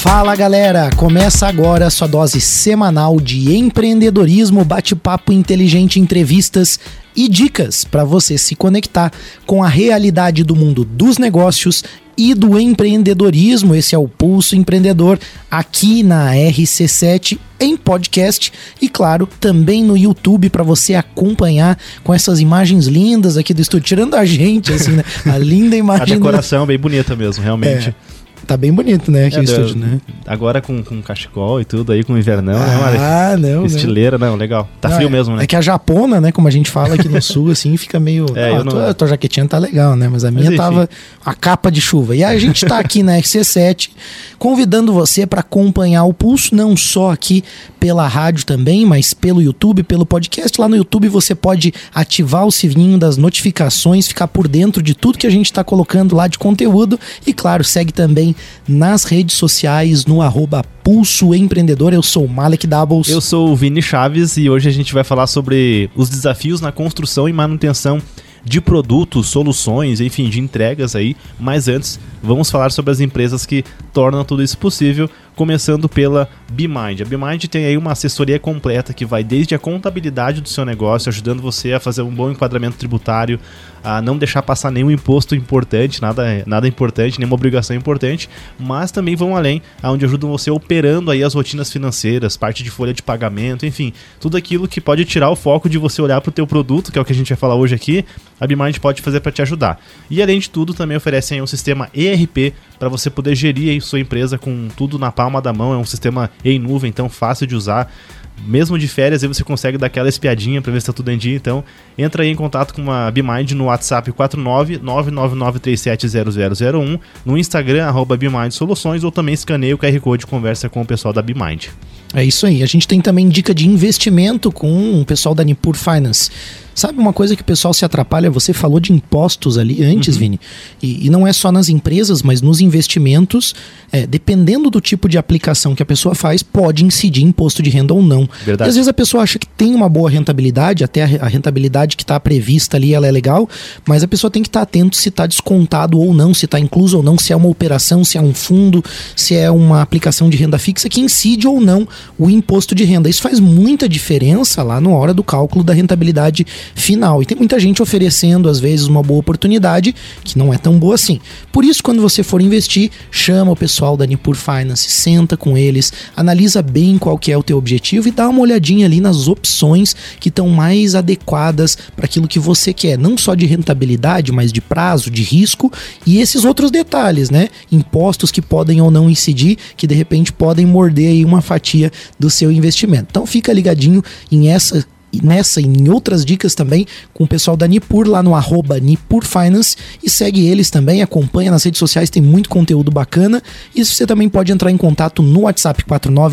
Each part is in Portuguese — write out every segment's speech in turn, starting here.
Fala galera, começa agora a sua dose semanal de empreendedorismo, bate-papo inteligente, entrevistas e dicas para você se conectar com a realidade do mundo dos negócios e do empreendedorismo. Esse é o Pulso Empreendedor aqui na RC7 em podcast e claro, também no YouTube para você acompanhar com essas imagens lindas aqui do estúdio, tirando a gente assim, né? A linda imagem. A decoração é bem bonita mesmo, realmente. Tá bem bonito, né, aqui o estúdio, né? Agora com cachecol e tudo aí, com invernão, né, Mari? Não. Estileira, não, legal. Tá frio mesmo, né? É que a japona, né, como a gente fala aqui no sul, assim, fica meio... A tua jaquetinha tá legal, né? Mas a minha tava a capa de chuva. E a gente tá aqui na RC7, convidando você para acompanhar o Pulso, não só aqui pela rádio também, mas pelo YouTube, pelo podcast. Lá no YouTube você pode ativar o sininho das notificações, ficar por dentro de tudo que a gente tá colocando lá de conteúdo. E claro, segue também nas redes sociais no @Pulso Empreendedor. Eu sou o Malek Doubles. Eu sou o Vini Chaves e hoje a gente vai falar sobre os desafios na construção e manutenção de produtos, soluções, enfim, de entregas aí. Mas antes, vamos falar sobre as empresas que tornam tudo isso possível, começando pela BeMind. A BeMind tem aí uma assessoria completa que vai desde a contabilidade do seu negócio, ajudando você a fazer um bom enquadramento tributário, a não deixar passar nenhum imposto importante, nada importante, nenhuma obrigação importante, mas também vão além, onde ajudam você operando aí as rotinas financeiras, parte de folha de pagamento, enfim, tudo aquilo que pode tirar o foco de você olhar para o teu produto, que é o que a gente vai falar hoje aqui, a BeMind pode fazer para te ajudar. E além de tudo, também oferecem um sistema ERP para você poder gerir aí sua empresa com tudo na palma da mão. É um sistema em nuvem, então fácil de usar. Mesmo de férias, aí você consegue dar aquela espiadinha para ver se está tudo em dia. Então, entra aí em contato com a BeMind no WhatsApp 49999370001, no Instagram, @BeMind Soluções, ou também escaneia o QR Code e conversa com o pessoal da BeMind. É isso aí. A gente tem também dica de investimento com o pessoal da Nipur Finance. Sabe uma coisa que o pessoal se atrapalha? Você falou de impostos ali antes, Vini. E não é só nas empresas, mas nos investimentos, dependendo do tipo de aplicação que a pessoa faz, pode incidir imposto de renda ou não. Verdade. E às vezes a pessoa acha que tem uma boa rentabilidade, até a rentabilidade que está prevista ali, ela é legal, mas a pessoa tem que estar atento se está descontado ou não, se está incluso ou não, se é uma operação, se é um fundo, se é uma aplicação de renda fixa que incide ou não o imposto de renda. Isso faz muita diferença lá na hora do cálculo da rentabilidade final. E tem muita gente oferecendo, às vezes, uma boa oportunidade que não é tão boa assim. Por isso, quando você for investir, chama o pessoal da Nipur Finance, senta com eles, analisa bem qual que é o teu objetivo e dá uma olhadinha ali nas opções que estão mais adequadas para aquilo que você quer. Não só de rentabilidade, mas de prazo, de risco e esses outros detalhes, né? Impostos que podem ou não incidir, que de repente podem morder aí uma fatia do seu investimento. Então fica ligadinho nessa e em outras dicas também com o pessoal da Nipur lá no @Nipur Finance e segue eles também, acompanha nas redes sociais, tem muito conteúdo bacana e você também pode entrar em contato no WhatsApp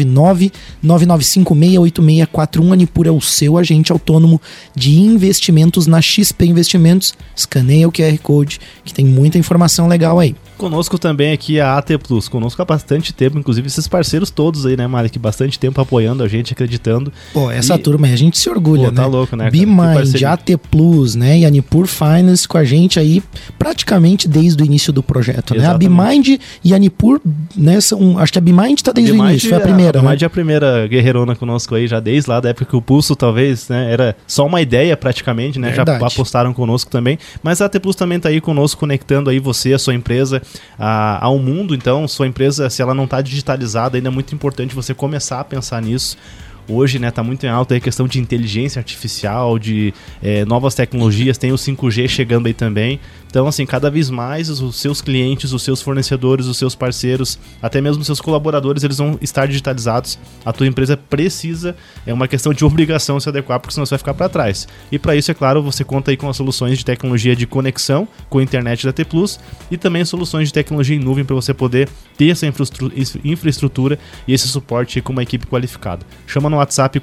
499-9956-8641. A Nipur é o seu agente autônomo de investimentos na XP Investimentos. Escaneia o QR Code que tem muita informação legal aí. Conosco também aqui a AT Plus, conosco há bastante tempo, inclusive esses parceiros todos aí, né, Malek? Bastante tempo apoiando a gente, acreditando. Pô, essa turma aí, a gente se orgulha, né? Tá louco, né? BeMind, AT Plus, né? E a Nipur Finance com a gente aí praticamente desde o início do projeto, Exatamente. né? A BeMind e a Nipur, né, acho que a BeMind tá desde o início, foi a primeira, A BeMind é a primeira guerreirona conosco aí, já desde lá da época que o Pulso talvez, né, era só uma ideia praticamente, né? Verdade. Já apostaram conosco também, mas a AT Plus também tá aí conosco, conectando aí você, a sua empresa, ao mundo. Então, sua empresa, se ela não está digitalizada, ainda é muito importante você começar a pensar nisso. Hoje, né, tá muito em alta a questão de inteligência artificial, de novas tecnologias, tem o 5G chegando aí também. Então, assim, cada vez mais os seus clientes, os seus fornecedores, os seus parceiros, até mesmo os seus colaboradores, eles vão estar digitalizados. A tua empresa precisa, é uma questão de obrigação se adequar, porque senão você vai ficar para trás. E para isso, é claro, você conta aí com as soluções de tecnologia de conexão com a internet da T Plus e também soluções de tecnologia em nuvem para você poder ter essa infraestrutura e esse suporte com uma equipe qualificada. Chama no WhatsApp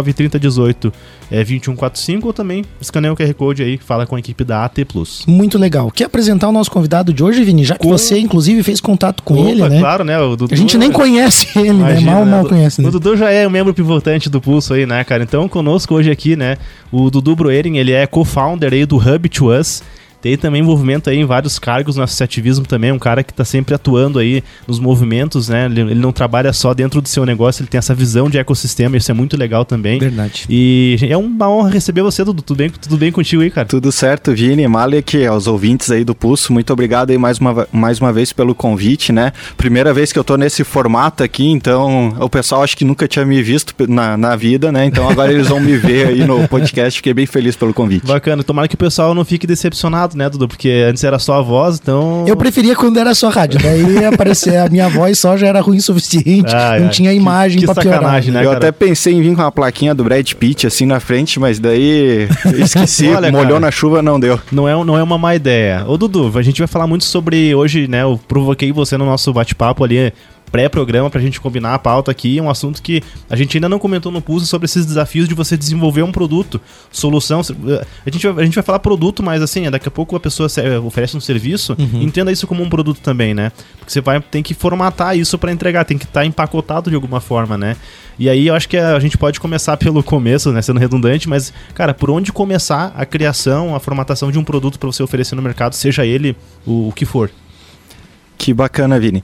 49-3018-2145 ou também escaneia o QR Code aí, fala com a equipe da AT Plus. Muito legal. Quer apresentar o nosso convidado de hoje, Vini? Já que você, inclusive, fez contato com ele, né? Claro, né? O Dudu, a gente nem conhece ele, imagina, né? Mal conhece, né? O Dudu já é um membro pivotante do Pulso aí, né, cara? Então, conosco hoje aqui, né, o Dudu Broering, ele é co-founder aí do Hub2Us. tem também envolvimento aí em vários cargos no associativismo também, um cara que está sempre atuando aí nos movimentos, né? Ele não trabalha só dentro do seu negócio, ele tem essa visão de ecossistema, isso é muito legal também. Verdade. E é uma honra receber você, Dudu. Tudo bem contigo aí, cara? Tudo certo, Vini, Malek, aos ouvintes aí do Pulso, muito obrigado aí mais uma vez pelo convite, né? Primeira vez que eu tô nesse formato aqui, então o pessoal acho que nunca tinha me visto na vida, né? Então agora eles vão me ver aí no podcast, fiquei bem feliz pelo convite. Bacana, tomara que o pessoal não fique decepcionado, né, Dudu? Porque antes era só a voz, então... Eu preferia quando era só rádio, daí aparecer a minha voz só já era ruim o suficiente, não tinha imagem pra piorar. Sacanagem, né, eu até pensei em vir com uma plaquinha do Brad Pitt assim na frente, mas daí esqueci, olha, molhou cara, na chuva, não deu. Não é uma má ideia. Ô Dudu, a gente vai falar muito sobre hoje, né, eu provoquei você no nosso bate-papo ali, pré-programa pra gente combinar a pauta aqui, um assunto que a gente ainda não comentou no Pulso sobre esses desafios de você desenvolver um produto, solução, a gente vai falar produto, mas assim, daqui a pouco a pessoa oferece um serviço, entenda isso como um produto também, né, porque você tem que formatar isso pra entregar, tem que estar empacotado de alguma forma, né, e aí eu acho que a gente pode começar pelo começo, né, sendo redundante, mas, cara, por onde começar a criação, a formatação de um produto pra você oferecer no mercado, seja ele o que for? Que bacana, Vini.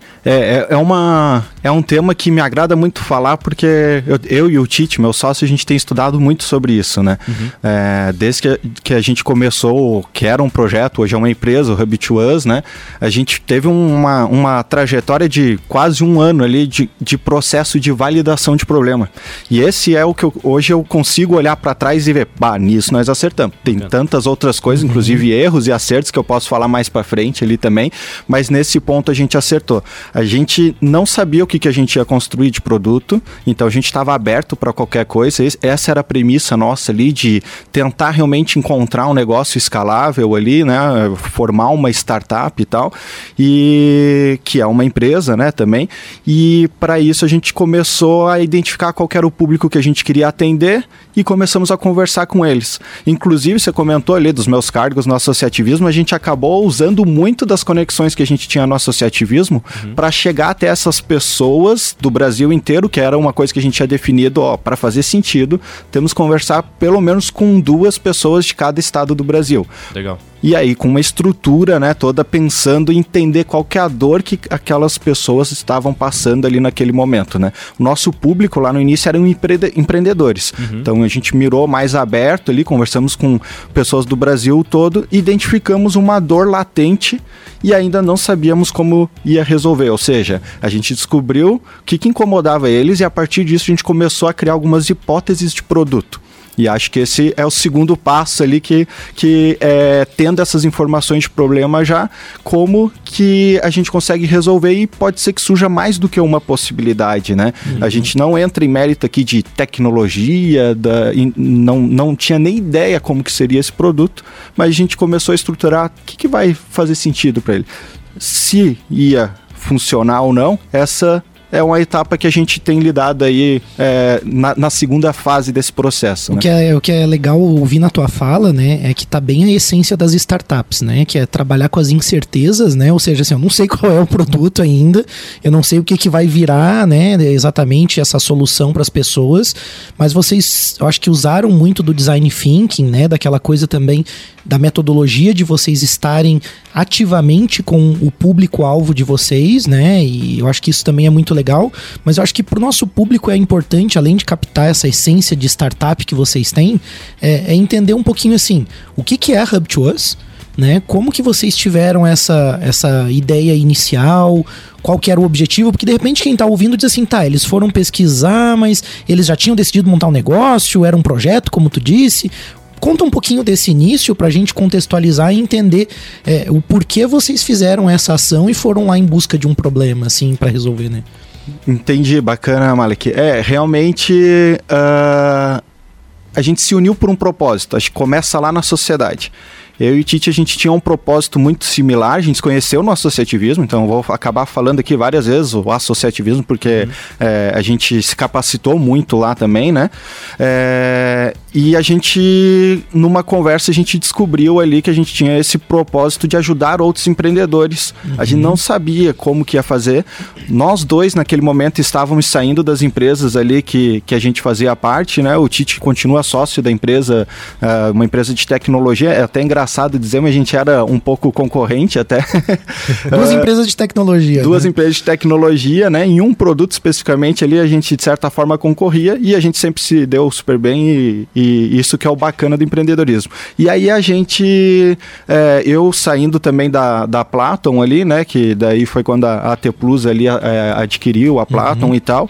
É um tema que me agrada muito falar, porque eu e o Tite, meu sócio, a gente tem estudado muito sobre isso, né? Desde que a gente começou, que era um projeto, hoje é uma empresa, o Hub2Us, né? A gente teve uma trajetória de quase um ano ali de processo de validação de problema. E esse é o que hoje eu consigo olhar para trás e ver, nisso nós acertamos. Tem tantas outras coisas, inclusive erros e acertos que eu posso falar mais para frente ali também, mas nesse ponto a gente acertou. A gente não sabia o que a gente ia construir de produto, então a gente estava aberto para qualquer coisa. Essa era a premissa nossa ali, de tentar realmente encontrar um negócio escalável ali, né, formar uma startup e tal, e que é uma empresa, né, também, e para isso a gente começou a identificar qual era o público que a gente queria atender e começamos a conversar com eles. Inclusive, você comentou ali dos meus cargos no associativismo, a gente acabou usando muito das conexões que a gente tinha no associativismo para chegar até essas pessoas do Brasil inteiro, que era uma coisa que a gente tinha definido, para fazer sentido, temos que conversar pelo menos com 2 pessoas de cada estado do Brasil. Legal. E aí, com uma estrutura, né, toda pensando em entender qual que é a dor que aquelas pessoas estavam passando ali naquele momento, né? O nosso público lá no início eram empreendedores. Então, a gente mirou mais aberto ali, conversamos com pessoas do Brasil todo, identificamos uma dor latente e ainda não sabíamos como ia resolver. Ou seja, a gente descobriu o que incomodava eles e a partir disso a gente começou a criar algumas hipóteses de produto. E acho que esse é o segundo passo ali que tendo essas informações de problema já, como que a gente consegue resolver, e pode ser que surja mais do que uma possibilidade, né? A gente não entra em mérito aqui de tecnologia, não tinha nem ideia como que seria esse produto, mas a gente começou a estruturar o que vai fazer sentido para ele. Se ia funcionar ou não, essa é uma etapa que a gente tem lidado aí na segunda fase desse processo. O que é legal ouvir na tua fala, né, é que tá bem a essência das startups, né, que é trabalhar com as incertezas, né, ou seja, assim, eu não sei qual é o produto ainda, eu não sei o que vai virar, né, exatamente essa solução para as pessoas, mas vocês, eu acho que usaram muito do design thinking, né, daquela coisa também da metodologia de vocês estarem ativamente com o público-alvo de vocês, né, e eu acho que isso também é muito legal, mas eu acho que para o nosso público é importante, além de captar essa essência de startup que vocês têm, é entender um pouquinho assim, o que é Hub2Us, né, como que vocês tiveram essa ideia inicial, qual que era o objetivo, porque de repente quem tá ouvindo diz assim, tá, eles foram pesquisar, mas eles já tinham decidido montar um negócio, era um projeto, como tu disse. Conta um pouquinho desse início pra gente contextualizar e entender o porquê vocês fizeram essa ação e foram lá em busca de um problema, assim, pra resolver, né? Entendi, bacana, Malek. Realmente a gente se uniu por um propósito, acho que começa lá na sociedade. Eu e o Tite, a gente tinha um propósito muito similar, a gente se conheceu no associativismo, então eu vou acabar falando aqui várias vezes o associativismo, porque a gente se capacitou muito lá também, né? E a gente, numa conversa, a gente descobriu ali que a gente tinha esse propósito de ajudar outros empreendedores. A gente não sabia como que ia fazer. Nós dois, naquele momento, estávamos saindo das empresas ali que a gente fazia parte, né? O Tite continua sócio da empresa, uma empresa de tecnologia, é até engraçado engraçado dizer, mas a gente era um pouco concorrente até. Duas empresas de tecnologia. Duas empresas de tecnologia, né? Em um produto especificamente ali a gente de certa forma concorria e a gente sempre se deu super bem e isso que é o bacana do empreendedorismo. E aí a gente, eu saindo também da Platon ali, né? Que daí foi quando a AT Plus ali adquiriu a Platon e tal.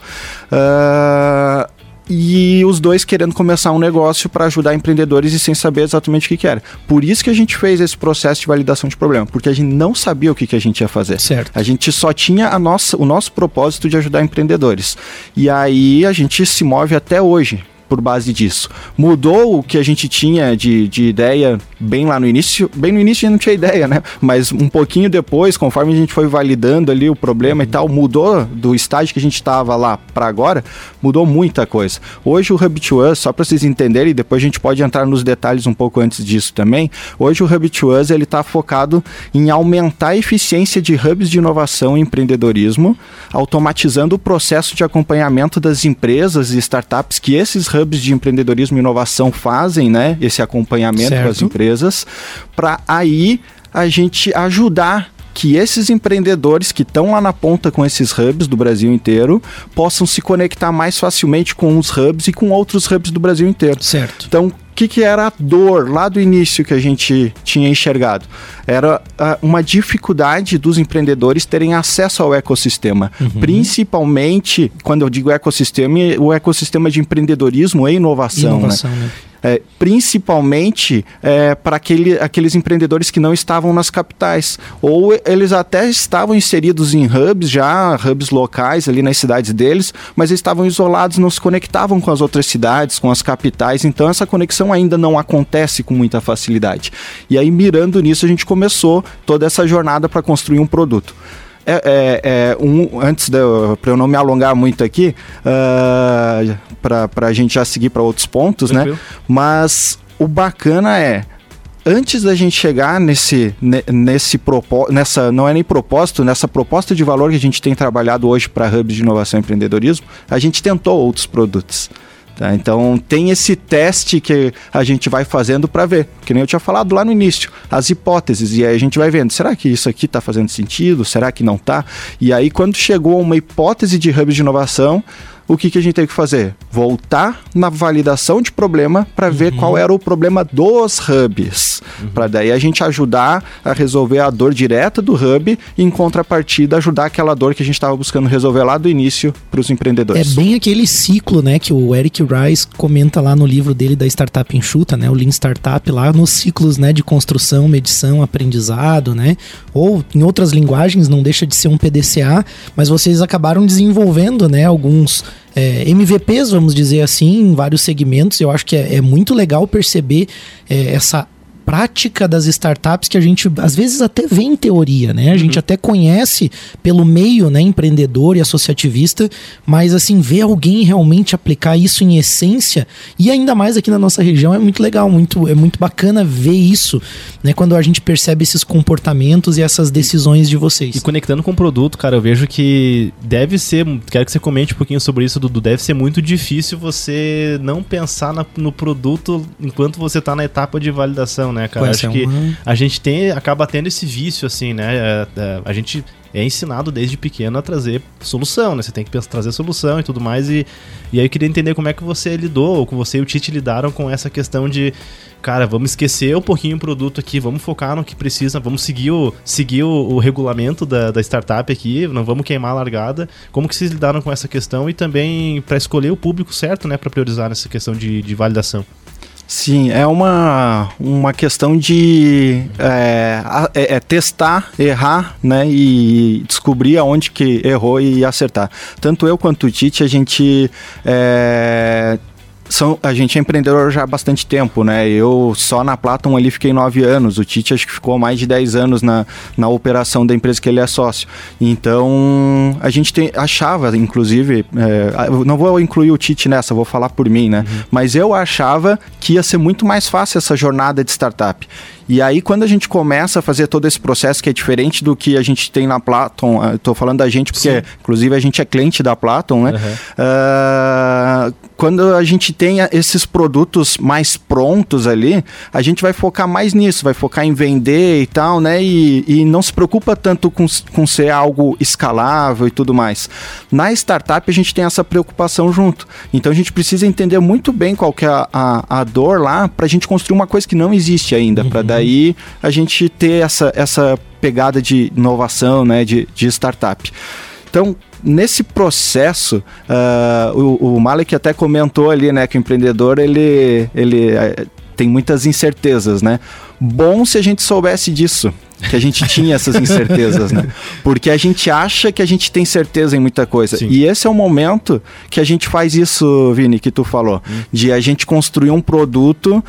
E os dois querendo começar um negócio para ajudar empreendedores e sem saber exatamente o que era. Por isso que a gente fez esse processo de validação de problema, porque a gente não sabia o que a gente ia fazer. Certo. A gente só tinha o nosso propósito de ajudar empreendedores. E aí a gente se move até hoje por base disso. Mudou o que a gente tinha de ideia bem lá no início. Bem no início a gente não tinha ideia, né? Mas um pouquinho depois, conforme a gente foi validando ali o problema e tal, mudou do estágio que a gente estava lá para agora, mudou muita coisa. Hoje o Hub2Us, só para vocês entenderem, e depois a gente pode entrar nos detalhes um pouco antes disso também, hoje o Hub2Us ele está focado em aumentar a eficiência de hubs de inovação e empreendedorismo, automatizando o processo de acompanhamento das empresas e startups que esses hubs de empreendedorismo e inovação fazem, né? Esse acompanhamento com as empresas, para aí a gente ajudar que esses empreendedores que estão lá na ponta com esses hubs do Brasil inteiro possam se conectar mais facilmente com os hubs e com outros hubs do Brasil inteiro. Certo. Então, o que era a dor lá do início que a gente tinha enxergado? Era uma dificuldade dos empreendedores terem acesso ao ecossistema. Principalmente, quando eu digo ecossistema, o ecossistema de empreendedorismo e inovação. Né? Principalmente para aqueles empreendedores que não estavam nas capitais, ou eles até estavam inseridos em hubs locais ali nas cidades deles, mas eles estavam isolados, não se conectavam com as outras cidades, com as capitais, então essa conexão ainda não acontece com muita facilidade. E aí, mirando nisso, a gente começou toda essa jornada para construir um produto. Antes para eu não me alongar muito aqui, para a gente já seguir para outros pontos, né? Mas o bacana antes da gente chegar nessa proposta de valor que a gente tem trabalhado hoje para hubs de inovação e empreendedorismo, a gente tentou outros produtos. Tá, então tem esse teste que a gente vai fazendo para ver, que nem eu tinha falado lá no início, as hipóteses, e aí a gente vai vendo, será que isso aqui está fazendo sentido, será que não está? E aí quando chegou uma hipótese de hub de inovação, o que a gente tem que fazer? Voltar na validação de problema para ver qual era o problema dos hubs. Para daí a gente ajudar a resolver a dor direta do hub e, em contrapartida, ajudar aquela dor que a gente estava buscando resolver lá do início para os empreendedores. É bem aquele ciclo, né, que o Eric Rice comenta lá no livro dele da Startup Enxuta, né, o Lean Startup, lá nos ciclos, né, de construção, medição, aprendizado, né, ou em outras linguagens, não deixa de ser um PDCA, mas vocês acabaram desenvolvendo, né, alguns MVPs, vamos dizer assim, em vários segmentos. Eu acho que é muito legal perceber essa prática das startups que a gente às vezes até vê em teoria, né? A gente até conhece pelo meio, né, empreendedor e associativista, mas assim, ver alguém realmente aplicar isso em essência, e ainda mais aqui na nossa região, é muito legal, é muito bacana ver isso, né? Quando a gente percebe esses comportamentos e essas decisões de vocês. E conectando com o produto, cara, eu vejo que deve ser, quero que você comente um pouquinho sobre isso, Dudu, deve ser muito difícil você não pensar no produto enquanto você está na etapa de validação, né, cara? Acho que a gente acaba tendo esse vício, assim, né? A gente é ensinado desde pequeno a trazer solução, né? Você tem que trazer solução e tudo mais. E aí eu queria entender como é que você lidou, ou que você e o Tite lidaram com essa questão de, cara, vamos esquecer um pouquinho o produto aqui, vamos focar no que precisa, vamos seguir o regulamento da startup aqui, não vamos queimar a largada. Como que vocês lidaram com essa questão e também para escolher o público certo, né? Para priorizar nessa questão de validação? Sim, é uma questão de testar, errar, né, e descobrir aonde que errou e acertar. Tanto eu quanto o Tite, a gente é empreendedor já há bastante tempo, né? Eu só na Platon ali fiquei 9 anos, o Tite acho que ficou mais de 10 anos na operação da empresa que ele é sócio. Então, a gente achava, inclusive, não vou incluir o Tite nessa, vou falar por mim, né? Mas eu achava que ia ser muito mais fácil essa jornada de startup. E aí, quando a gente começa a fazer todo esse processo, que é diferente do que a gente tem na Platon, estou falando da gente porque, inclusive, a gente é cliente da Platon, né? Quando a gente tem esses produtos mais prontos ali, a gente vai focar mais nisso, vai focar em vender e tal, né? E não se preocupa tanto com ser algo escalável e tudo mais. Na startup, a gente tem essa preocupação junto. Então, a gente precisa entender muito bem qual que é a dor lá para a gente construir uma coisa que não existe ainda, para daí a gente ter essa pegada de inovação, né? De startup. Então, nesse processo, o Malek até comentou ali, né, que o empreendedor, ele tem muitas incertezas, né? Bom se a gente soubesse disso, que a gente tinha essas incertezas, né? Porque a gente acha que a gente tem certeza em muita coisa. Sim. E esse é o momento que a gente faz isso, Vini, que tu falou, de a gente construir um produto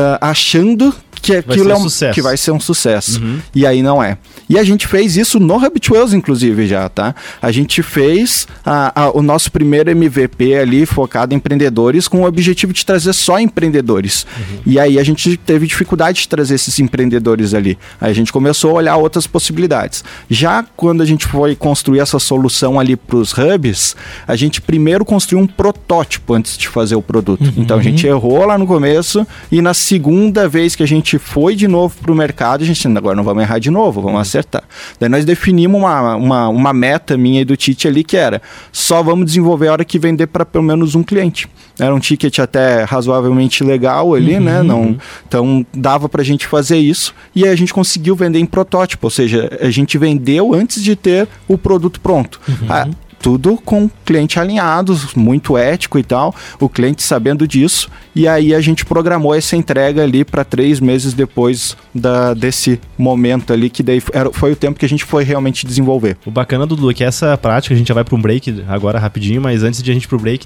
achando que aquilo que vai ser um sucesso. E aí não é. E a gente fez isso no Habituals, inclusive, já, tá? A gente fez o nosso primeiro MVP ali, focado em empreendedores, com o objetivo de trazer só empreendedores. E aí a gente teve dificuldade de trazer esses empreendedores ali. Aí a gente começou a olhar outras possibilidades. Já quando a gente foi construir essa solução ali para os hubs, a gente primeiro construiu um protótipo antes de fazer o produto. Então a gente errou lá no começo e na segunda vez que a gente foi de novo para o mercado, a gente agora não vamos errar de novo, vamos acertar. Daí nós definimos uma meta minha e do Tite ali, que era só vamos desenvolver a hora que vender para pelo menos um cliente. Era um ticket até razoavelmente legal ali, né? Então dava para a gente fazer isso e aí a gente conseguiu vender em protótipo, ou seja, a gente vendeu antes de ter o produto pronto. Tudo com o cliente alinhado, muito ético e tal, o cliente sabendo disso, e aí a gente programou essa entrega ali para 3 meses depois desse momento ali, que daí foi o tempo que a gente foi realmente desenvolver. O bacana, Dudu, é que essa prática, a gente já vai para um break agora rapidinho, mas antes de a gente ir pro break,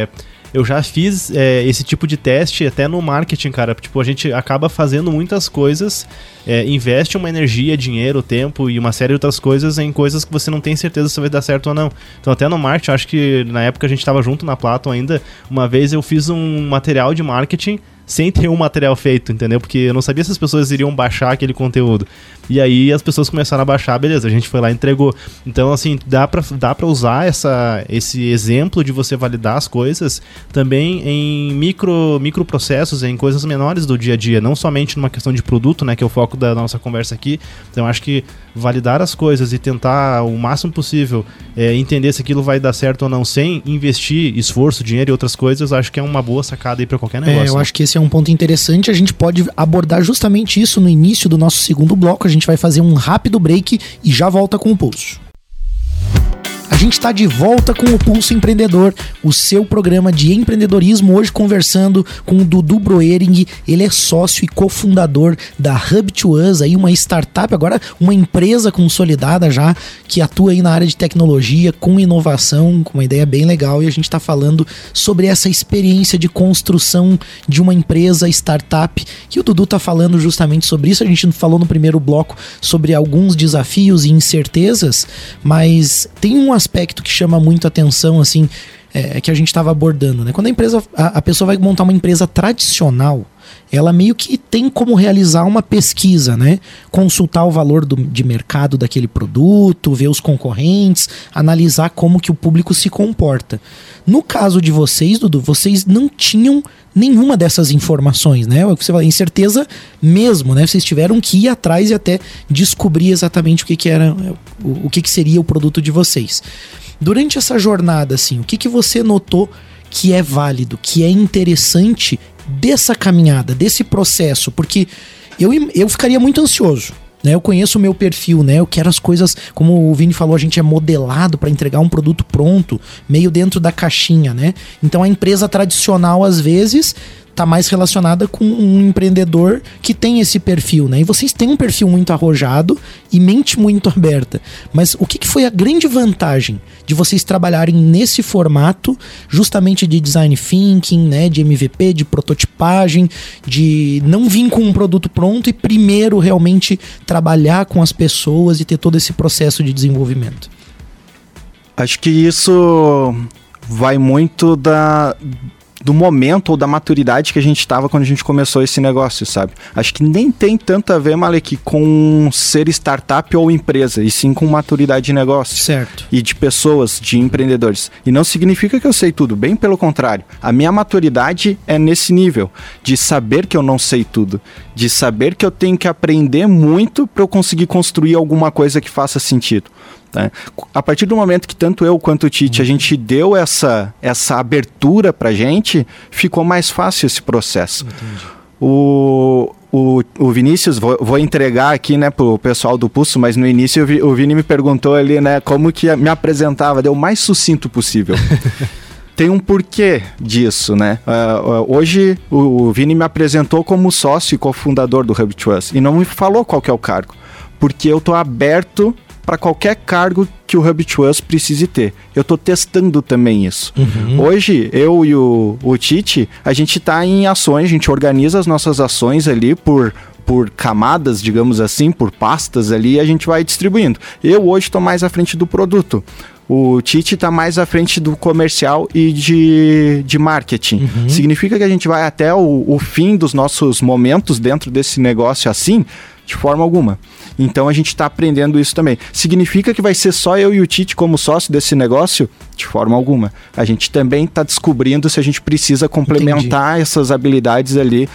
eu já fiz esse tipo de teste até no marketing, cara. Tipo, a gente acaba fazendo muitas coisas, investe uma energia, dinheiro, tempo e uma série de outras coisas em coisas que você não tem certeza se vai dar certo ou não. Então até no marketing, acho que na época a gente estava junto na Platon ainda, uma vez eu fiz um material de marketing sem ter um material feito, entendeu? Porque eu não sabia se as pessoas iriam baixar aquele conteúdo. E aí as pessoas começaram a baixar, beleza, a gente foi lá e entregou. Então, assim, dá pra usar esse exemplo de você validar as coisas também em microprocessos, em coisas menores do dia a dia, não somente numa questão de produto, né, que é o foco da nossa conversa aqui. Então, acho que validar as coisas e tentar o máximo possível entender se aquilo vai dar certo ou não, sem investir esforço, dinheiro e outras coisas, acho que é uma boa sacada aí pra qualquer negócio. Eu acho que esse é um ponto interessante. A gente pode abordar justamente isso no início do nosso segundo bloco. A gente vai fazer um rápido break e já volta com o Pulso. A gente está de volta com o Pulso Empreendedor, o seu programa de empreendedorismo, hoje conversando com o Dudu Broering. Ele é sócio e cofundador da Hub2Us, aí uma startup, agora uma empresa consolidada já, que atua aí na área de tecnologia, com inovação, com uma ideia bem legal, e a gente está falando sobre essa experiência de construção de uma empresa startup, que o Dudu está falando justamente sobre isso. A gente falou no primeiro bloco sobre alguns desafios e incertezas, mas tem um aspecto que chama muito atenção, assim, que a gente estava abordando, né? Quando a pessoa vai montar uma empresa tradicional, ela meio que tem como realizar uma pesquisa, né? Consultar o valor de mercado daquele produto, ver os concorrentes, analisar como que o público se comporta. No caso de vocês, Dudu, vocês não tinham nenhuma dessas informações, né? Você fala, incerteza mesmo, né? Vocês tiveram que ir atrás e até descobrir exatamente o que seria o produto de vocês. Durante essa jornada, assim, o que você notou que é válido, que é interessante dessa caminhada, desse processo? Porque eu ficaria muito ansioso, né? Eu conheço o meu perfil, né? Eu quero as coisas, como o Vini falou, a gente é modelado para entregar um produto pronto, meio dentro da caixinha, né? Então a empresa tradicional, às vezes, tá mais relacionada com um empreendedor que tem esse perfil, né? E vocês têm um perfil muito arrojado e mente muito aberta. Mas o que foi a grande vantagem de vocês trabalharem nesse formato, justamente de design thinking, né? De MVP, de prototipagem, de não vir com um produto pronto e primeiro realmente trabalhar com as pessoas e ter todo esse processo de desenvolvimento? Acho que isso vai muito do momento ou da maturidade que a gente estava quando a gente começou esse negócio, sabe? Acho que nem tem tanto a ver, Malek, com ser startup ou empresa, e sim com maturidade de negócio. Certo. E de pessoas, de empreendedores. E não significa que eu sei tudo, bem pelo contrário. A minha maturidade é nesse nível, de saber que eu não sei tudo, de saber que eu tenho que aprender muito para eu conseguir construir alguma coisa que faça sentido. Tá? A partir do momento que tanto eu quanto o Tite, a gente deu essa abertura pra gente, ficou mais fácil esse processo. Entendi. O Vinícius, vou entregar aqui, né, pro pessoal do Pulso, mas no início o Vini me perguntou ali, né, como que me apresentava, deu o mais sucinto possível. Tem um porquê disso, né? Hoje o Vini me apresentou como sócio e cofundador do Hub to Us e não me falou qual que é o cargo, porque eu tô aberto para qualquer cargo que o Hub to Us precise ter. Eu estou testando também isso. Uhum. Hoje, eu e o Tite, a gente está em ações, a gente organiza as nossas ações ali por camadas, digamos assim, por pastas ali, e a gente vai distribuindo. Eu hoje estou mais à frente do produto. O Tite está mais à frente do comercial e de marketing. Uhum. Significa que a gente vai até o fim dos nossos momentos dentro desse negócio assim? De forma alguma. Então a gente está aprendendo isso também. Significa que vai ser só eu e o Tite como sócio desse negócio? De forma alguma. A gente também está descobrindo se a gente precisa complementar essas habilidades ali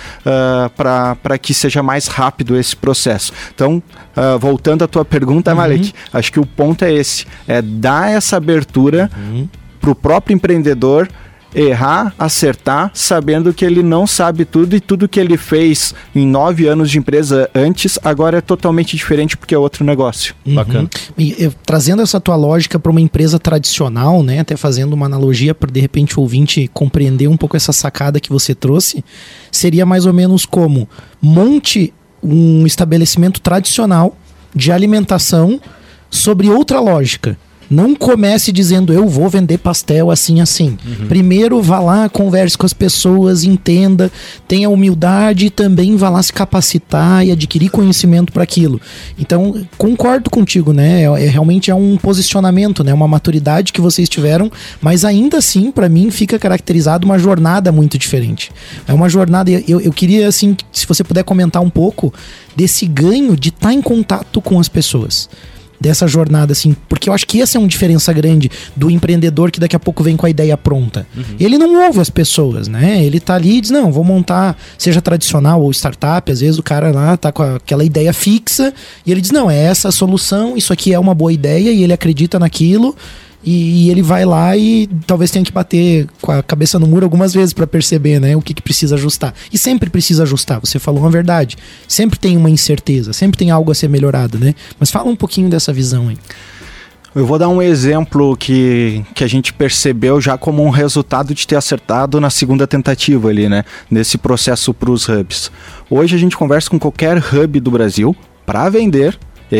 para que seja mais rápido esse processo. Então, voltando à tua pergunta, Malek, acho que o ponto é esse. É dar essa abertura para o próprio empreendedor errar, acertar, sabendo que ele não sabe tudo e tudo que ele fez em 9 anos de empresa antes, agora é totalmente diferente porque é outro negócio. Bacana. E, trazendo essa tua lógica para uma empresa tradicional, né, até fazendo uma analogia para de repente o ouvinte compreender um pouco essa sacada que você trouxe, seria mais ou menos como monte um estabelecimento tradicional de alimentação sobre outra lógica. Não comece dizendo, eu vou vender pastel assim, assim. Primeiro vá lá, converse com as pessoas, entenda, tenha humildade e também vá lá se capacitar e adquirir conhecimento para aquilo. Então, concordo contigo, né? Realmente é um posicionamento, né? Uma maturidade que vocês tiveram, mas ainda assim, para mim, fica caracterizado uma jornada muito diferente. É uma jornada, eu queria, assim, se você puder comentar um pouco desse ganho de estar em contato com as pessoas. Dessa jornada, assim, porque eu acho que essa é uma diferença grande do empreendedor que daqui a pouco vem com a ideia pronta. Ele não ouve as pessoas, né? Ele tá ali e diz, não, vou montar, seja tradicional ou startup, às vezes o cara lá tá com aquela ideia fixa e ele diz, não, é essa a solução, isso aqui é uma boa ideia e ele acredita naquilo e ele vai lá e talvez tenha que bater com a cabeça no muro algumas vezes para perceber, né, o que precisa ajustar. E sempre precisa ajustar, você falou uma verdade. Sempre tem uma incerteza, sempre tem algo a ser melhorado, né? Mas fala um pouquinho dessa visão aí. Eu vou dar um exemplo que a gente percebeu já como um resultado de ter acertado na segunda tentativa ali, né? Nesse processo para os hubs. Hoje a gente conversa com qualquer hub do Brasil para vender.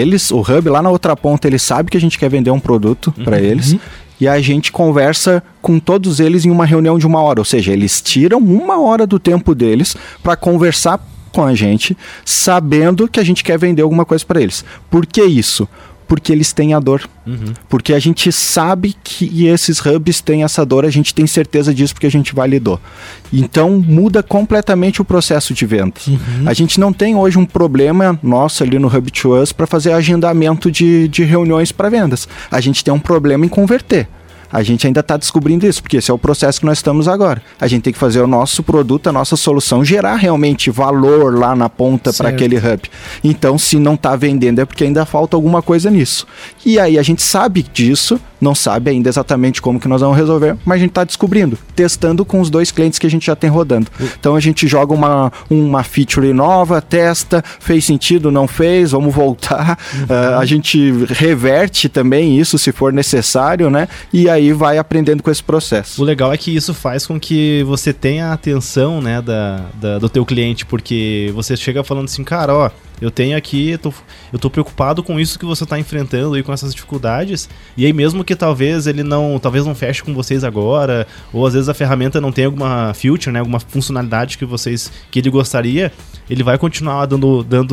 O hub lá na outra ponta, ele sabe que a gente quer vender um produto para eles e a gente conversa com todos eles em uma reunião de 1 hora, ou seja, eles tiram 1 hora do tempo deles para conversar com a gente, sabendo que a gente quer vender alguma coisa para eles. Por que isso? Porque eles têm a dor. Porque a gente sabe que esses hubs têm essa dor, a gente tem certeza disso porque a gente validou. Então muda completamente o processo de vendas. A gente não tem hoje um problema nosso ali no Hub to Us para fazer agendamento de reuniões para vendas. A gente tem um problema em converter. A gente ainda está descobrindo isso, porque esse é o processo que nós estamos agora. A gente tem que fazer o nosso produto, a nossa solução, gerar realmente valor lá na ponta para aquele hub. Então, se não está vendendo, é porque ainda falta alguma coisa nisso. E aí a gente sabe disso, não sabe ainda exatamente como que nós vamos resolver, mas a gente está descobrindo, testando com os 2 clientes que a gente já tem rodando. Então a gente joga uma feature nova, testa, fez sentido, não fez, vamos voltar. A gente reverte também isso se for necessário, né? E aí vai aprendendo com esse processo. O legal é que isso faz com que você tenha a atenção, né, do teu cliente, porque você chega falando assim, cara, ó, eu tenho aqui, eu tô preocupado com isso que você tá enfrentando aí, com essas dificuldades, e aí mesmo que talvez talvez não feche com vocês agora, ou às vezes a ferramenta não tenha alguma feature, né, alguma funcionalidade que ele gostaria, ele vai continuar dando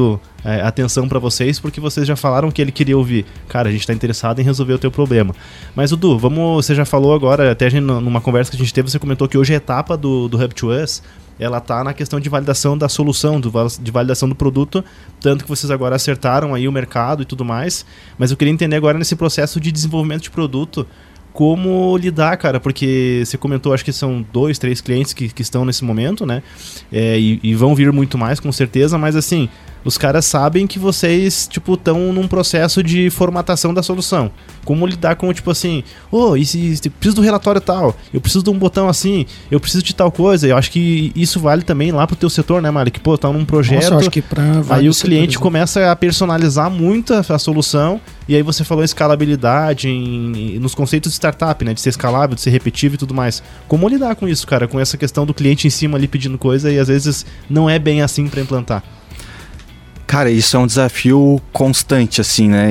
atenção para vocês, porque vocês já falaram que ele queria ouvir. Cara, a gente tá interessado em resolver o teu problema. Mas, Dudu, você já falou agora, até numa conversa que a gente teve, você comentou que hoje a etapa do Hub2Us, ela tá na questão de validação da solução, de validação do produto, tanto que vocês agora acertaram aí o mercado e tudo mais, mas eu queria entender agora nesse processo de desenvolvimento de produto, como lidar, cara, porque você comentou, acho que são 2, 3 clientes que estão nesse momento, né, e vão vir muito mais, com certeza, mas assim, os caras sabem que vocês, tipo, estão num processo de formatação da solução. Como lidar com, tipo assim, eu preciso do relatório tal, eu preciso de um botão assim, eu preciso de tal coisa. Eu acho que isso vale também lá pro teu setor, né, Malik? Pô, tá num projeto, nossa, eu acho que aí o cliente começa a personalizar muito a solução, e aí você falou em escalabilidade, nos conceitos de startup, né, de ser escalável, de ser repetível e tudo mais. Como lidar com isso, cara? Com essa questão do cliente em cima ali pedindo coisa e às vezes não é bem assim para implantar. Cara, isso é um desafio constante, assim, né?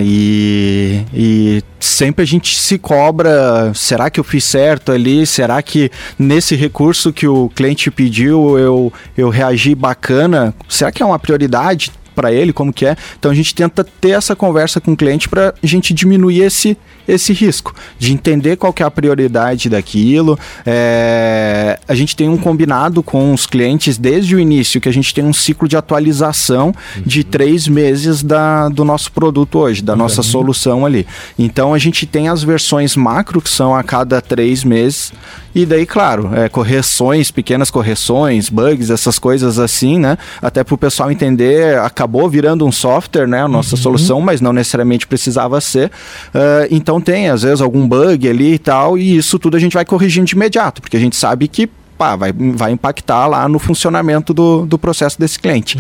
E sempre a gente se cobra, será que eu fiz certo ali? Será que nesse recurso que o cliente pediu eu reagi bacana? Será que é uma prioridade para ele, como que é? Então a gente tenta ter essa conversa com o cliente para a gente diminuir esse risco, de entender qual que é a prioridade daquilo. A gente tem um combinado com os clientes desde o início, que a gente tem um ciclo de atualização de 3 meses do nosso produto hoje, da nossa solução ali. Então a gente tem as versões macro, que são a cada 3 meses, e daí, claro, correções, pequenas correções, bugs, essas coisas assim, né? Até para o pessoal entender, acabou virando um software, né? A nossa solução, mas não necessariamente precisava ser. Então tem, às vezes, algum bug ali e tal, e isso tudo a gente vai corrigindo de imediato, porque a gente sabe que vai impactar lá no funcionamento do processo desse cliente.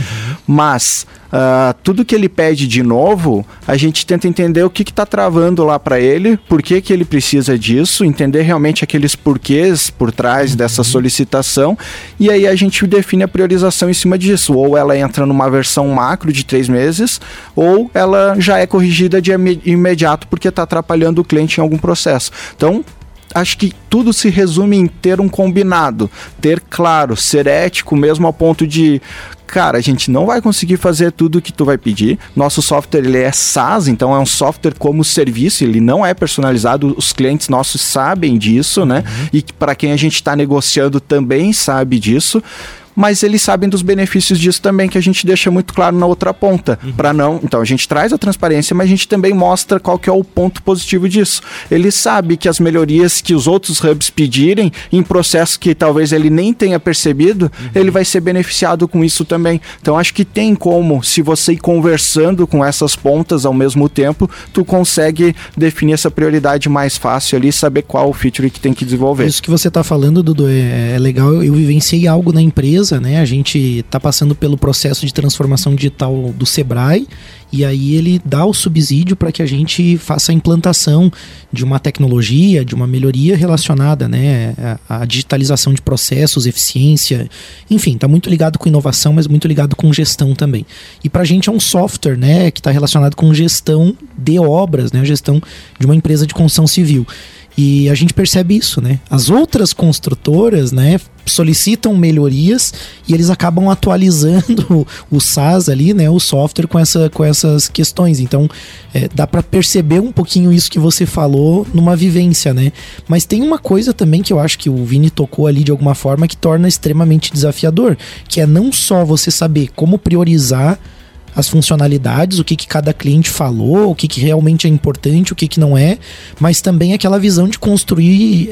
Mas tudo que ele pede de novo, a gente tenta entender o que está travando lá para ele, por que ele precisa disso, entender realmente aqueles porquês por trás dessa solicitação, e aí a gente define a priorização em cima disso. Ou ela entra numa versão macro de 3 meses, ou ela já é corrigida de imediato porque está atrapalhando o cliente em algum processo. Então, acho que tudo se resume em ter um combinado, ter claro, ser ético mesmo ao ponto de, cara, a gente não vai conseguir fazer tudo o que tu vai pedir. Nosso software, ele é SaaS, então é um software como serviço, ele não é personalizado, os clientes nossos sabem disso, né? E para quem a gente está negociando também sabe disso. Mas eles sabem dos benefícios disso também, que a gente deixa muito claro na outra ponta. Então a gente traz a transparência, mas a gente também mostra qual que é o ponto positivo disso. Ele sabe que as melhorias que os outros hubs pedirem, em processo que talvez ele nem tenha percebido, ele vai ser beneficiado com isso também. Então acho que tem como, se você ir conversando com essas pontas ao mesmo tempo, tu consegue definir essa prioridade mais fácil ali, saber qual o feature que tem que desenvolver. Isso que você está falando, Dudu, é legal. Eu vivenciei algo na empresa, né? A gente está passando pelo processo de transformação digital do Sebrae, e aí ele dá o subsídio para que a gente faça a implantação de uma tecnologia, de uma melhoria relacionada, né, à digitalização de processos, eficiência, enfim, está muito ligado com inovação, mas muito ligado com gestão também. E para a gente é um software, né, que está relacionado com gestão de obras, né, gestão de uma empresa de construção civil. E a gente percebe isso, né? As outras construtoras, né, solicitam melhorias e eles acabam atualizando o SaaS ali, né, o software com essas questões. Então, dá para perceber um pouquinho isso que você falou numa vivência, né? Mas tem uma coisa também que eu acho que o Vini tocou ali de alguma forma que torna extremamente desafiador, que é não só você saber como priorizar as funcionalidades, o que cada cliente falou, o que realmente é importante, o que não é, mas também aquela visão de construir,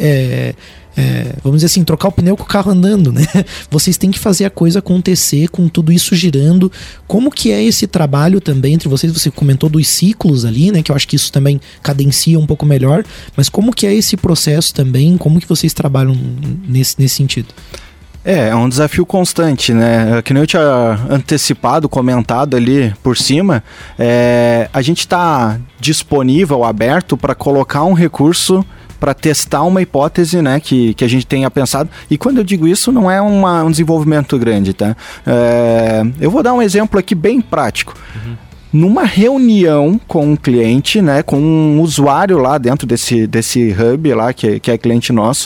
vamos dizer assim, trocar o pneu com o carro andando, né? Vocês têm que fazer a coisa acontecer com tudo isso girando. Como que é esse trabalho também entre vocês? Você comentou dos ciclos ali, né? Que eu acho que isso também cadencia um pouco melhor, mas como que é esse processo também? Como que vocês trabalham nesse sentido? É um desafio constante, né? Que nem eu tinha antecipado, comentado ali por cima, a gente está disponível, aberto para colocar um recurso para testar uma hipótese, né, que a gente tenha pensado. E quando eu digo isso, não é um desenvolvimento grande, tá? Eu vou dar um exemplo aqui bem prático. Numa reunião com um cliente, né, com um usuário lá dentro desse hub lá, que é cliente nosso,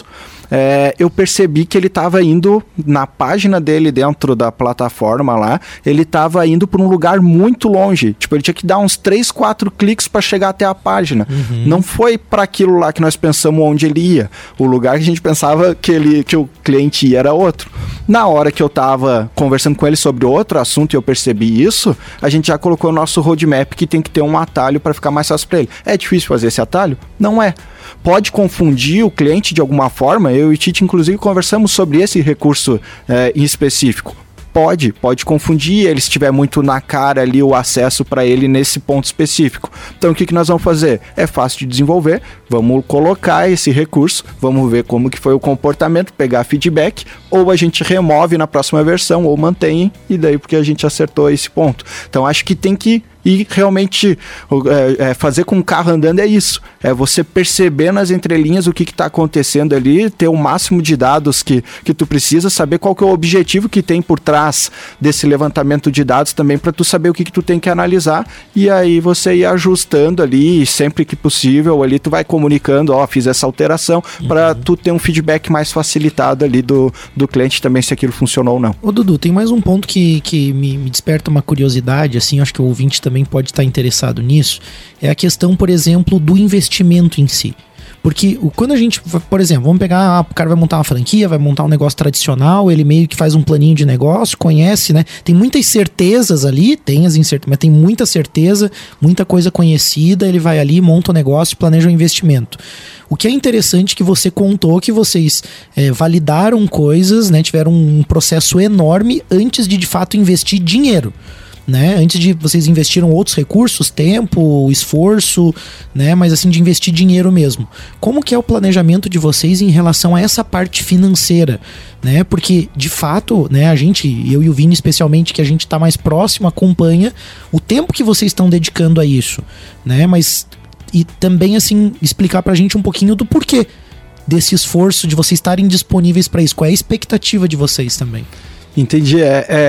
eu percebi que ele estava indo na página dele dentro da plataforma lá, ele estava indo para um lugar muito longe. Tipo, ele tinha que dar uns 3, 4 cliques para chegar até a página. Não foi para aquilo lá que nós pensamos onde ele ia. O lugar que a gente pensava que o cliente ia era outro. Na hora que eu estava conversando com ele sobre outro assunto e eu percebi isso, a gente já colocou o nosso roadmap que tem que ter um atalho para ficar mais fácil para ele. É difícil fazer esse atalho? Não é. Pode confundir o cliente de alguma forma. Eu e o Tite, inclusive, conversamos sobre esse recurso em específico. Pode confundir, ele se tiver muito na cara ali o acesso para ele nesse ponto específico. Então o que nós vamos fazer? É fácil de desenvolver, vamos colocar esse recurso, vamos ver como que foi o comportamento, pegar feedback, ou a gente remove na próxima versão, ou mantém, e daí porque a gente acertou esse ponto. Então acho que tem que e realmente fazer com o carro andando é isso. É você perceber nas entrelinhas o que está acontecendo ali, ter o máximo de dados que tu precisa, saber qual que é o objetivo que tem por trás desse levantamento de dados também, para tu saber o que tu tem que analisar, e aí você ir ajustando ali, sempre que possível, ali tu vai comunicando, fiz essa alteração, para tu ter um feedback mais facilitado ali do cliente também, se aquilo funcionou ou não. Ô Dudu, tem mais um ponto que me desperta uma curiosidade, assim, acho que o ouvinte também pode estar interessado nisso, é a questão, por exemplo, do investimento em si. Porque quando a gente, por exemplo, vamos pegar, o cara vai montar uma franquia, vai montar um negócio tradicional, ele meio que faz um planinho de negócio, conhece, né? Tem muitas certezas ali, tem as incertezas, mas tem muita certeza, muita coisa conhecida, ele vai ali, monta o negócio, planeja o investimento. O que é interessante que você contou que vocês validaram coisas, né? Tiveram um processo enorme antes de fato investir dinheiro. Né? Antes de vocês investiram outros recursos, tempo, esforço, né? Mas assim, de investir dinheiro mesmo. Como que é o planejamento de vocês em relação a essa parte financeira, né? Porque, de fato, né, eu e o Vini especialmente, que a gente está mais próximo, acompanha o tempo que vocês estão dedicando a isso, né? Mas, e também, assim, explicar pra gente um pouquinho do porquê desse esforço, de vocês estarem disponíveis para isso. Qual é a expectativa de vocês também? Entendi,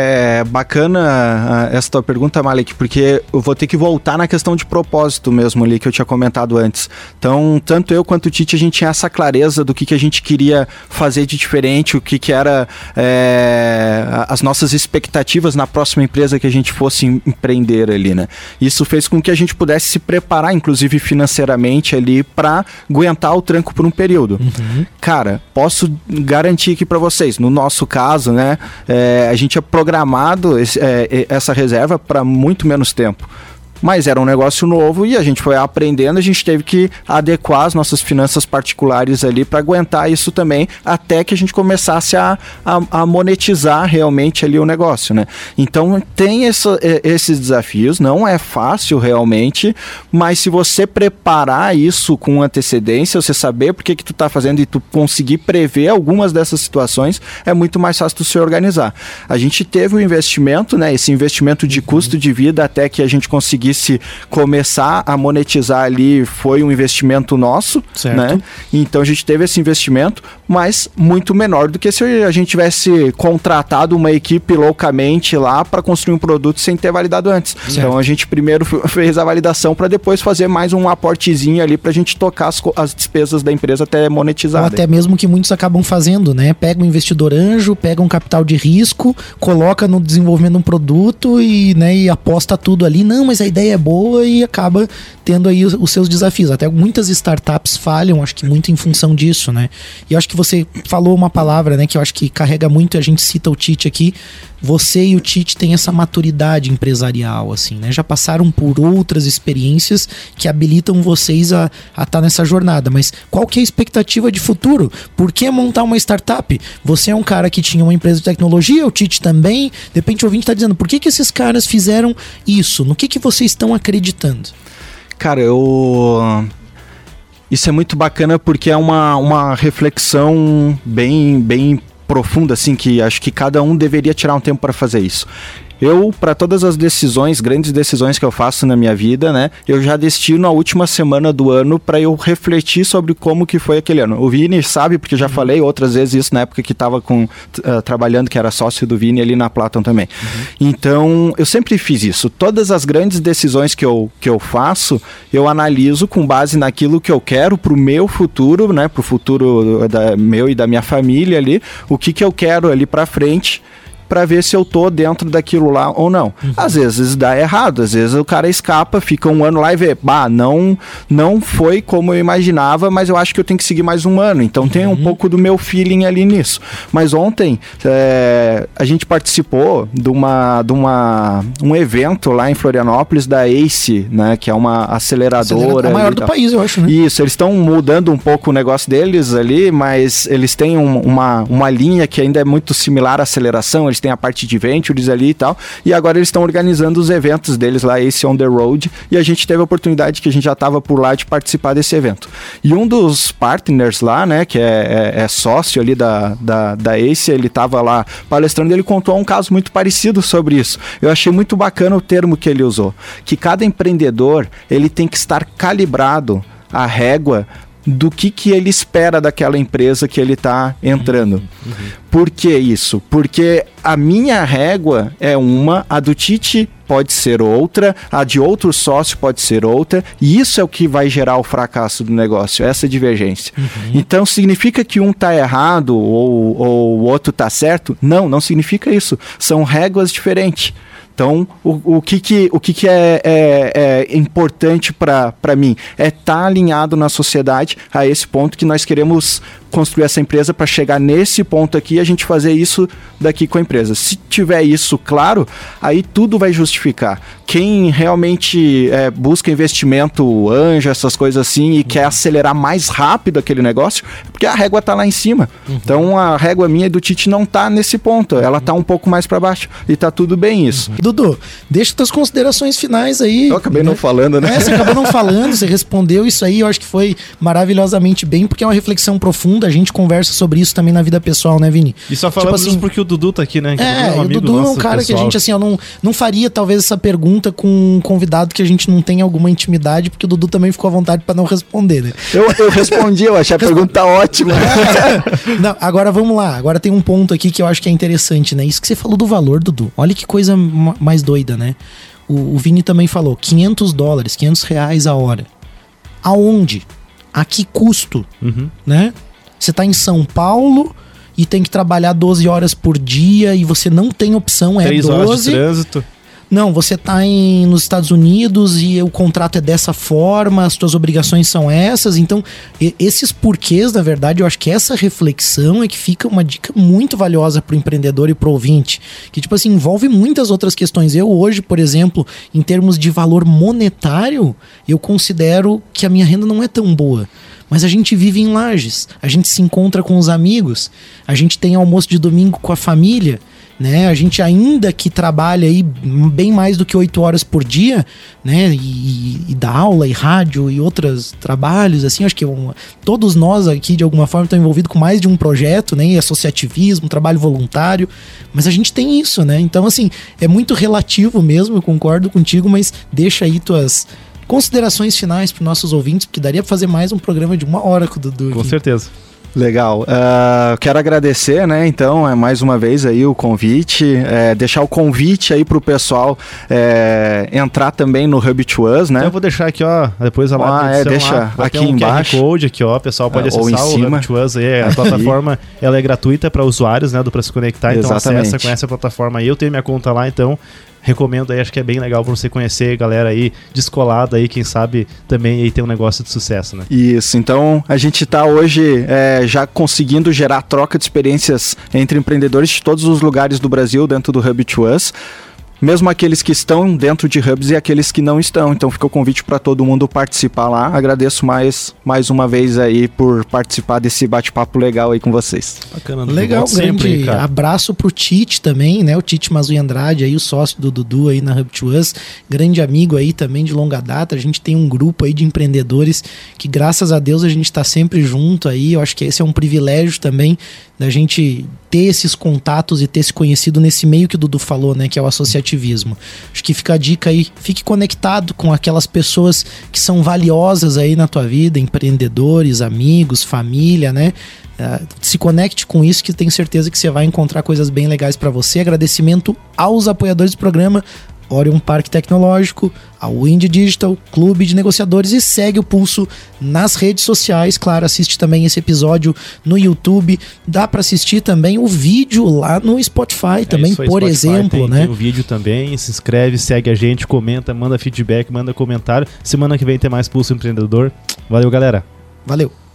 é bacana essa tua pergunta, Malek, porque eu vou ter que voltar na questão de propósito mesmo ali que eu tinha comentado antes. Então, tanto eu quanto o Tite, a gente tinha essa clareza do que a gente queria fazer de diferente, o que era as nossas expectativas na próxima empresa que a gente fosse empreender ali, né? Isso fez com que a gente pudesse se preparar, inclusive financeiramente ali, para aguentar o tranco por um período. Cara, posso garantir aqui para vocês, no nosso caso, né? A gente tinha programado essa reserva para muito menos tempo. Mas era um negócio novo e a gente foi aprendendo, a gente teve que adequar as nossas finanças particulares ali para aguentar isso também, até que a gente começasse a monetizar realmente ali o negócio, né? Então tem esses desafios, não é fácil realmente, mas se você preparar isso com antecedência, você saber por que tu tá fazendo e tu conseguir prever algumas dessas situações, é muito mais fácil tu se organizar. A gente teve o investimento, né? Esse investimento de custo de vida até que a gente conseguisse começar a monetizar ali, foi um investimento nosso, certo, né? Então a gente teve esse investimento, mas muito menor do que se a gente tivesse contratado uma equipe loucamente lá para construir um produto sem ter validado antes. Certo. Então a gente primeiro fez a validação para depois fazer mais um aportezinho ali para a gente tocar as despesas da empresa até monetizar. Ou até mesmo que muitos acabam fazendo, né? Pega um investidor anjo, pega um capital de risco, coloca no desenvolvimento de um produto e aposta tudo ali. Não, mas a ideia é boa e acaba tendo aí os seus desafios. Até muitas startups falham, acho que muito em função disso, né? E eu acho que você falou uma palavra, né, que eu acho que carrega muito, e a gente cita o Tite aqui. Você e o Tite têm essa maturidade empresarial, assim, né? Já passaram por outras experiências que habilitam vocês a estar nessa jornada. Mas qual que é a expectativa de futuro? Por que montar uma startup? Você é um cara que tinha uma empresa de tecnologia, o Tite também. De repente o ouvinte está dizendo, por que esses caras fizeram isso? No que vocês estão acreditando? Cara, isso é muito bacana porque é uma reflexão bem profunda, assim, que acho que cada um deveria tirar um tempo para fazer isso. Eu, para todas as decisões, grandes decisões que eu faço na minha vida, né, eu já destino a última semana do ano para eu refletir sobre como que foi aquele ano. O Vini sabe, porque eu já falei outras vezes isso na época que estava trabalhando, que era sócio do Vini ali na Platon também. Então, eu sempre fiz isso. Todas as grandes decisões que eu faço, eu analiso com base naquilo que eu quero pro meu futuro, né, pro futuro meu e da minha família ali, o que eu quero ali pra frente, para ver se eu tô dentro daquilo lá ou não. Às vezes dá errado, às vezes o cara escapa, fica um ano lá e vê, não foi como eu imaginava, mas eu acho que eu tenho que seguir mais um ano, então tem um pouco do meu feeling ali nisso. Mas ontem a gente participou de um evento lá em Florianópolis da ACE, né, que é uma aceleradora. A maior do país, eu acho, né? Isso, eles estão mudando um pouco o negócio deles ali, mas eles têm uma linha que ainda é muito similar à aceleração, eles têm a parte de ventures ali e tal, e agora eles estão organizando os eventos deles lá, esse On The Road, e a gente teve a oportunidade, que a gente já estava por lá, de participar desse evento. E um dos partners lá, né, que é sócio ali da ACE, ele estava lá palestrando, e ele contou um caso muito parecido sobre isso. Eu achei muito bacana o termo que ele usou, que cada empreendedor, ele tem que estar calibrado à régua do que ele espera daquela empresa que ele está entrando. Por que isso? Porque a minha régua é uma, a do Tite pode ser outra, a de outro sócio pode ser outra, e isso é o que vai gerar o fracasso do negócio, essa divergência. Então, significa que um está errado ou o outro está certo? Não significa isso. São réguas diferentes. Então, o que é importante para mim é estar alinhado na sociedade a esse ponto que nós queremos construir essa empresa para chegar nesse ponto aqui e a gente fazer isso daqui com a empresa. Se tiver isso claro, aí tudo vai justificar. Quem realmente busca investimento, anjo, essas coisas assim, e quer acelerar mais rápido aquele negócio, porque a régua está lá em cima. Então, a régua minha e do Tite não está nesse ponto, ela está um pouco mais para baixo e está tudo bem isso. Dudu, deixa tuas considerações finais aí. Eu acabei não falando, né? Você acabou não falando, você respondeu isso aí, eu acho que foi maravilhosamente bem, porque é uma reflexão profunda, a gente conversa sobre isso também na vida pessoal, né, Vini? E só falamos isso porque o Dudu tá aqui, né? O Dudu é um cara que a gente, assim, não faria talvez essa pergunta com um convidado que a gente não tem alguma intimidade, porque o Dudu também ficou à vontade para não responder, né? Eu respondi, eu achei a pergunta ótima. Não, agora vamos lá, agora tem um ponto aqui que eu acho que é interessante, né? Isso que você falou do valor, Dudu, olha que coisa mais doida, né? O Vini também falou, $500, R$500 a hora. Aonde? A que custo? Né? Você tá em São Paulo e tem que trabalhar 12 horas por dia e você não tem opção, 3 horas de trânsito. Não, você tá nos Estados Unidos e o contrato é dessa forma, as tuas obrigações são essas. Então, esses porquês, na verdade, eu acho que essa reflexão é que fica uma dica muito valiosa pro empreendedor e pro ouvinte. Que, tipo assim, envolve muitas outras questões. Eu hoje, por exemplo, em termos de valor monetário, eu considero que a minha renda não é tão boa. Mas a gente vive em Lages, a gente se encontra com os amigos, a gente tem almoço de domingo com a família, né? A gente ainda que trabalha aí bem mais do que 8 horas por dia, né? E dá aula e rádio e outros trabalhos, assim, acho que todos nós aqui de alguma forma estamos envolvidos com mais de um projeto, né? E associativismo, trabalho voluntário, mas a gente tem isso, né? Então, assim, é muito relativo mesmo, eu concordo contigo, mas deixa aí tuas considerações finais para os nossos ouvintes, porque daria para fazer mais um programa de 1 hora com o Dudu. Com certeza. Legal. Quero agradecer, né, então, mais uma vez aí o convite, deixar o convite aí pro pessoal entrar também no Hub2Us, né? Eu vou deixar aqui, ó, depois a deixa lá, aqui um embaixo. QR Code aqui, ó, o pessoal pode acessar o Hub2Us aí, a plataforma, ela é gratuita para usuários, né, para se conectar, então acessa, conhece a plataforma aí, eu tenho minha conta lá, então recomendo aí, acho que é bem legal pra você conhecer galera aí descolada aí, quem sabe também aí tem um negócio de sucesso, né? Isso, então a gente tá hoje já conseguindo gerar troca de experiências entre empreendedores de todos os lugares do Brasil dentro do Hub2Us. Mesmo aqueles que estão dentro de hubs e aqueles que não estão. Então fica o convite para todo mundo participar lá. Agradeço mais uma vez aí por participar desse bate-papo legal aí com vocês. Bacana, Dudu. Legal, grande sempre, abraço pro Tite também, né? O Tite Mazui Andrade aí, o sócio do Dudu aí na Hub2Us, grande amigo aí também de longa data. A gente tem um grupo aí de empreendedores que, graças a Deus, a gente tá sempre junto aí. Eu acho que esse é um privilégio também da gente ter esses contatos e ter se conhecido nesse meio que o Dudu falou, né? Que é o associativismo corporativismo. Acho que fica a dica aí, fique conectado com aquelas pessoas que são valiosas aí na tua vida, empreendedores, amigos, família, né? Se conecte com isso, que tenho certeza que você vai encontrar coisas bem legais para você. Agradecimento aos apoiadores do programa, Orion Parque Tecnológico, a Wind Digital, Clube de Negociadores, e segue o Pulso nas redes sociais. Claro, assiste também esse episódio no YouTube. Dá para assistir também o vídeo lá no Spotify também, por Spotify, exemplo, né? Tem o vídeo também, se inscreve, segue a gente, comenta, manda feedback, manda comentário. Semana que vem tem mais Pulso Empreendedor. Valeu, galera. Valeu.